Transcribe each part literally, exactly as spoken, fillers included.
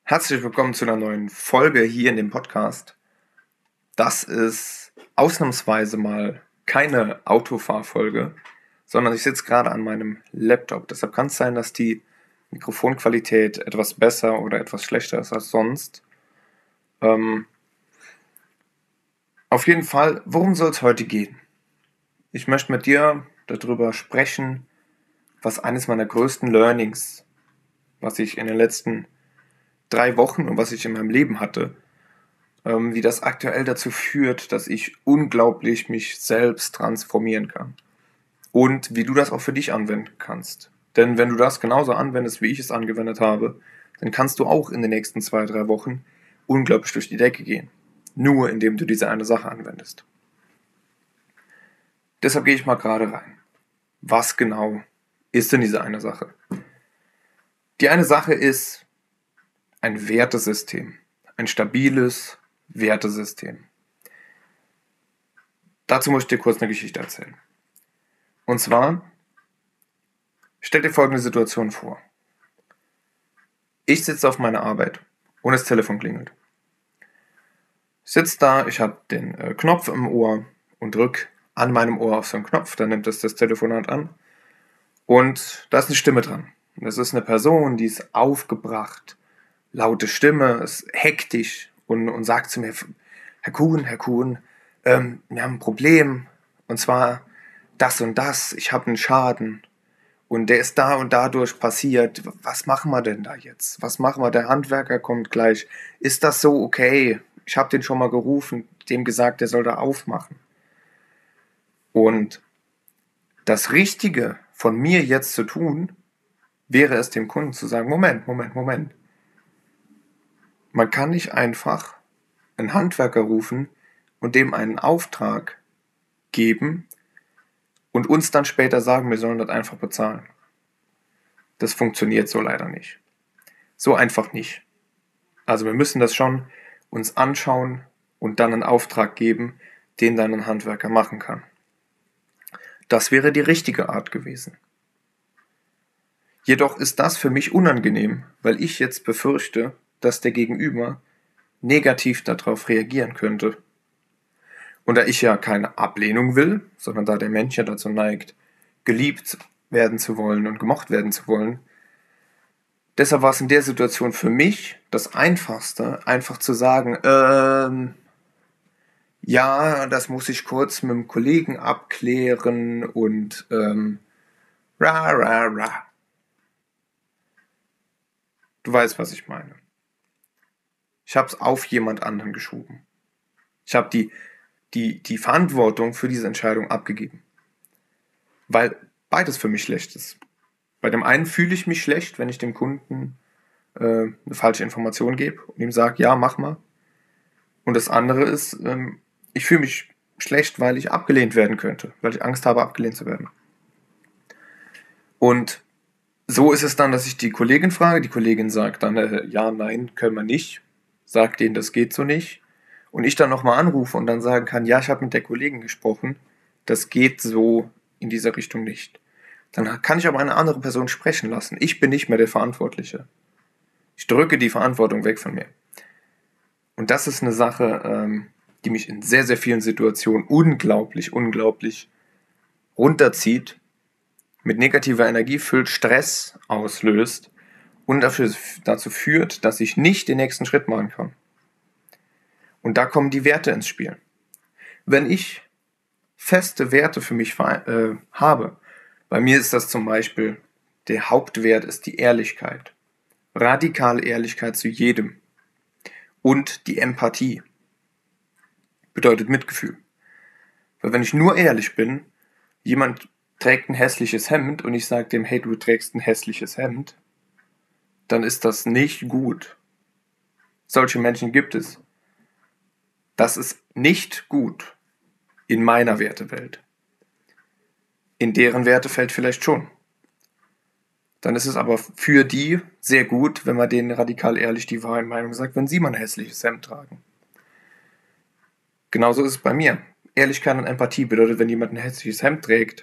Herzlich willkommen zu einer neuen Folge hier in dem Podcast. Das ist ausnahmsweise mal keine Autofahrfolge, sondern ich sitze gerade an meinem Laptop. Deshalb kann es sein, dass die Mikrofonqualität etwas besser oder etwas schlechter ist als sonst. Ähm, auf jeden Fall, worum soll es heute gehen? Ich möchte mit dir darüber sprechen, was eines meiner größten Learnings, was ich in den letzten drei Wochen und was ich in meinem Leben hatte, ähm, wie das aktuell dazu führt, dass ich unglaublich mich selbst transformieren kann. Und wie du das auch für dich anwenden kannst. Denn wenn du das genauso anwendest, wie ich es angewendet habe, dann kannst du auch in den nächsten zwei, drei Wochen unglaublich durch die Decke gehen. Nur indem du diese eine Sache anwendest. Deshalb gehe ich mal gerade rein. Was genau ist denn diese eine Sache? Die eine Sache ist ein Wertesystem. Ein stabiles Wertesystem. Dazu muss ich dir kurz eine Geschichte erzählen. Und zwar, stell dir folgende Situation vor. Ich sitze auf meiner Arbeit und das Telefon klingelt. Ich sitze da, ich habe den äh, Knopf im Ohr und drücke an meinem Ohr auf so einen Knopf, dann nimmt es das Telefonat an und da ist eine Stimme dran. Das ist eine Person, die ist aufgebracht, laute Stimme, ist hektisch und, und sagt zu mir, Herr Kuhn, Herr Kuhn, ähm, wir haben ein Problem und zwar das und das, ich habe einen Schaden und der ist da und dadurch passiert. Was machen wir denn da jetzt? Was machen wir? Der Handwerker kommt gleich. Ist das so okay? Ich habe den schon mal gerufen, dem gesagt, der soll da aufmachen. Und das Richtige von mir jetzt zu tun, wäre es dem Kunden zu sagen, Moment, Moment, Moment. Man kann nicht einfach einen Handwerker rufen und dem einen Auftrag geben und uns dann später sagen, wir sollen das einfach bezahlen. Das funktioniert so leider nicht. So einfach nicht. Also wir müssen das schon uns anschauen und dann einen Auftrag geben, den dann ein Handwerker machen kann. Das wäre die richtige Art gewesen. Jedoch ist das für mich unangenehm, weil ich jetzt befürchte, dass der Gegenüber negativ darauf reagieren könnte. Und da ich ja keine Ablehnung will, sondern da der Mensch ja dazu neigt, geliebt werden zu wollen und gemocht werden zu wollen, deshalb war es in der Situation für mich das Einfachste, einfach zu sagen, ähm, ja, das muss ich kurz mit dem Kollegen abklären und ähm, ra, ra, ra. Du weißt, was ich meine. Ich habe es auf jemand anderen geschoben. Ich habe die, die, die Verantwortung für diese Entscheidung abgegeben. Weil beides für mich schlecht ist. Bei dem einen fühle ich mich schlecht, wenn ich dem Kunden äh, eine falsche Information gebe und ihm sage, ja, mach mal. Und das andere ist, ähm, ich fühle mich schlecht, weil ich abgelehnt werden könnte, weil ich Angst habe, abgelehnt zu werden. Und so ist es dann, dass ich die Kollegin frage. Die Kollegin sagt dann, äh, ja, nein, können wir nicht. Sagt denen, das geht so nicht. Und ich dann nochmal anrufe und dann sagen kann, ja, ich habe mit der Kollegin gesprochen. Das geht so in dieser Richtung nicht. Dann kann ich aber eine andere Person sprechen lassen. Ich bin nicht mehr der Verantwortliche. Ich drücke die Verantwortung weg von mir. Und das ist eine Sache, ähm, die mich in sehr, sehr vielen Situationen unglaublich, unglaublich runterzieht, mit negativer Energie füllt, Stress auslöst und dafür, dazu führt, dass ich nicht den nächsten Schritt machen kann. Und da kommen die Werte ins Spiel. Wenn ich feste Werte für mich äh, habe, bei mir ist das zum Beispiel, der Hauptwert ist die Ehrlichkeit. Radikale Ehrlichkeit zu jedem. Und die Empathie. Bedeutet Mitgefühl. Weil wenn ich nur ehrlich bin, jemand trägt ein hässliches Hemd und ich sage dem, hey, du trägst ein hässliches Hemd, dann ist das nicht gut. Solche Menschen gibt es. Das ist nicht gut in meiner Wertewelt. In deren Wertefeld vielleicht schon. Dann ist es aber für die sehr gut, wenn man denen radikal ehrlich die wahre Meinung sagt, wenn sie mal ein hässliches Hemd tragen. Genauso ist es bei mir. Ehrlichkeit und Empathie bedeutet, wenn jemand ein hässliches Hemd trägt,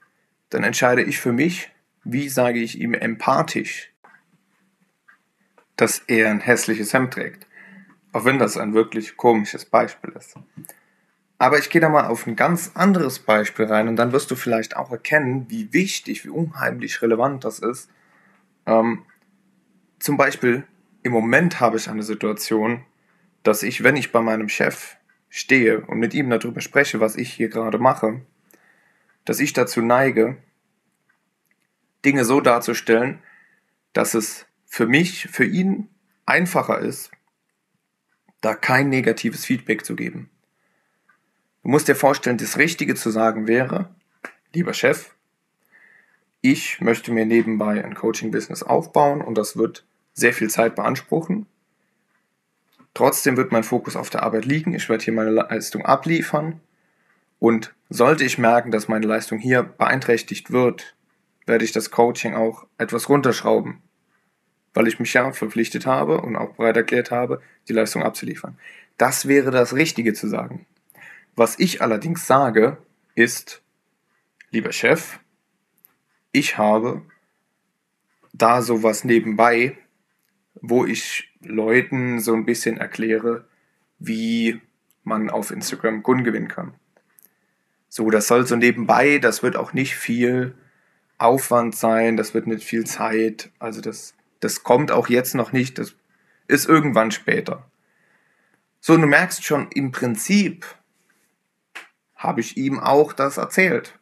dann entscheide ich für mich, wie sage ich ihm empathisch, dass er ein hässliches Hemd trägt. Auch wenn das ein wirklich komisches Beispiel ist. Aber ich gehe da mal auf ein ganz anderes Beispiel rein und dann wirst du vielleicht auch erkennen, wie wichtig, wie unheimlich relevant das ist. Ähm, zum Beispiel, im Moment habe ich eine Situation, dass ich, wenn ich bei meinem Chef stehe und mit ihm darüber spreche, was ich hier gerade mache, dass ich dazu neige, Dinge so darzustellen, dass es für mich, für ihn einfacher ist, da kein negatives Feedback zu geben. Du musst dir vorstellen, das Richtige zu sagen wäre, lieber Chef, ich möchte mir nebenbei ein Coaching-Business aufbauen und das wird sehr viel Zeit beanspruchen. Trotzdem wird mein Fokus auf der Arbeit liegen, ich werde hier meine Leistung abliefern und sollte ich merken, dass meine Leistung hier beeinträchtigt wird, werde ich das Coaching auch etwas runterschrauben, weil ich mich ja verpflichtet habe und auch bereit erklärt habe, die Leistung abzuliefern. Das wäre das Richtige zu sagen. Was ich allerdings sage, ist, lieber Chef, ich habe da sowas nebenbei, wo ich Leuten so ein bisschen erkläre, wie man auf Instagram Kunden gewinnen kann. So, das soll so nebenbei, das wird auch nicht viel Aufwand sein, das wird nicht viel Zeit, also das, das kommt auch jetzt noch nicht, das ist irgendwann später. So, du merkst schon, im Prinzip habe ich ihm auch das erzählt.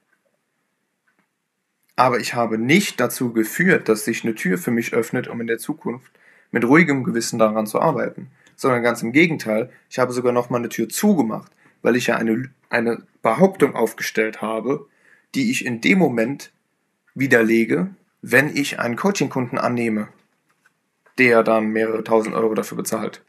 Aber ich habe nicht dazu geführt, dass sich eine Tür für mich öffnet, um in der Zukunft mit ruhigem Gewissen daran zu arbeiten. Sondern ganz im Gegenteil, ich habe sogar nochmal eine Tür zugemacht, weil ich ja eine, eine Behauptung aufgestellt habe, die ich in dem Moment widerlege, wenn ich einen Coaching-Kunden annehme, der dann mehrere tausend Euro dafür bezahlt.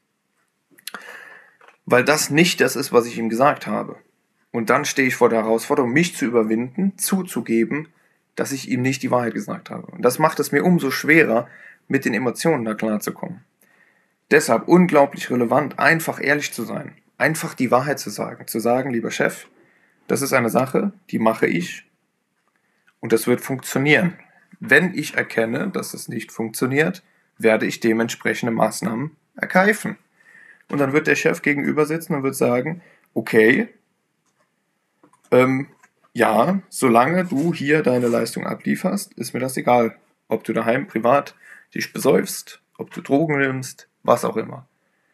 Weil das nicht das ist, was ich ihm gesagt habe. Und dann stehe ich vor der Herausforderung, mich zu überwinden, zuzugeben, dass ich ihm nicht die Wahrheit gesagt habe. Und das macht es mir umso schwerer, mit den Emotionen da klarzukommen. Deshalb unglaublich relevant, einfach ehrlich zu sein, einfach die Wahrheit zu sagen, zu sagen, lieber Chef, das ist eine Sache, die mache ich und das wird funktionieren. Wenn ich erkenne, dass es nicht funktioniert, werde ich dementsprechende Maßnahmen ergreifen. Und dann wird der Chef gegenüber sitzen und wird sagen, okay, ähm, ja, solange du hier deine Leistung ablieferst, ist mir das egal. Ob du daheim privat dich besäufst, ob du Drogen nimmst, was auch immer.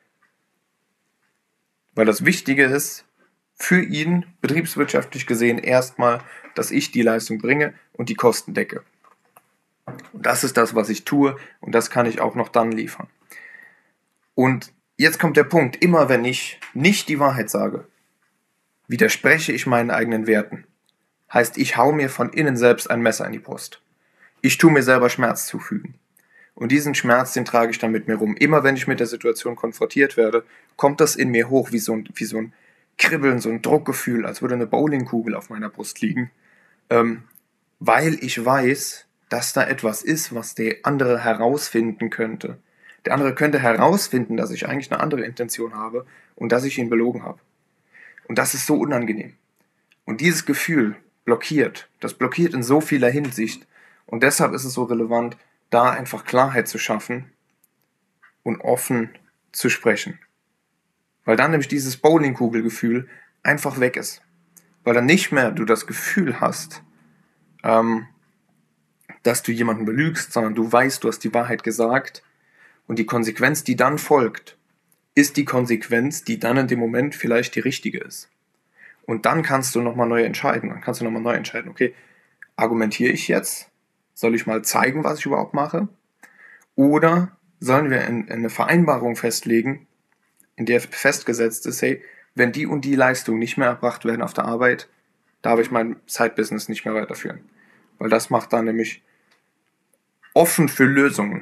Weil das Wichtige ist, für ihn, betriebswirtschaftlich gesehen, erstmal, dass ich die Leistung bringe und die Kosten decke. Und das ist das, was ich tue und das kann ich auch noch dann liefern. Und jetzt kommt der Punkt, immer wenn ich nicht die Wahrheit sage, widerspreche ich meinen eigenen Werten. Heißt, ich hau mir von innen selbst ein Messer in die Brust. Ich tue mir selber Schmerz zufügen. Und diesen Schmerz, den trage ich dann mit mir rum. Immer wenn ich mit der Situation konfrontiert werde, kommt das in mir hoch wie so ein, wie so ein Kribbeln, so ein Druckgefühl, als würde eine Bowlingkugel auf meiner Brust liegen. Ähm, weil ich weiß, dass da etwas ist, was der andere herausfinden könnte. Der andere könnte herausfinden, dass ich eigentlich eine andere Intention habe und dass ich ihn belogen habe. Und das ist so unangenehm. Und dieses Gefühl blockiert. Das blockiert in so vieler Hinsicht. Und deshalb ist es so relevant, da einfach Klarheit zu schaffen und offen zu sprechen. Weil dann nämlich dieses Bowlingkugelgefühl einfach weg ist. Weil dann nicht mehr du das Gefühl hast, ähm, dass du jemanden belügst, sondern du weißt, du hast die Wahrheit gesagt. Und die Konsequenz, die dann folgt, ist die Konsequenz, die dann in dem Moment vielleicht die richtige ist. Und dann kannst du nochmal neu entscheiden. Dann kannst du nochmal neu entscheiden, okay, argumentiere ich jetzt? Soll ich mal zeigen, was ich überhaupt mache? Oder sollen wir in, in eine Vereinbarung festlegen, in der festgesetzt ist, hey, wenn die und die Leistungen nicht mehr erbracht werden auf der Arbeit, darf ich mein Side-Business nicht mehr weiterführen. Weil das macht dann nämlich offen für Lösungen.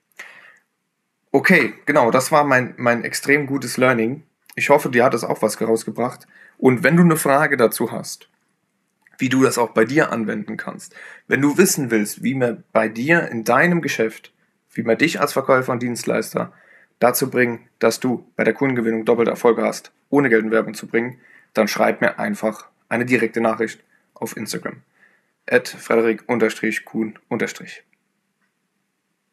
Okay, genau, das war mein, mein extrem gutes Learning. Ich hoffe, dir hat es auch was rausgebracht. Und wenn du eine Frage dazu hast, wie du das auch bei dir anwenden kannst, wenn du wissen willst, wie man bei dir in deinem Geschäft, wie man dich als Verkäufer und Dienstleister dazu bringen, dass du bei der Kundengewinnung doppelte Erfolge hast, ohne Geld in Werbung zu bringen, dann schreib mir einfach eine direkte Nachricht auf Instagram. at frederik-kuhn-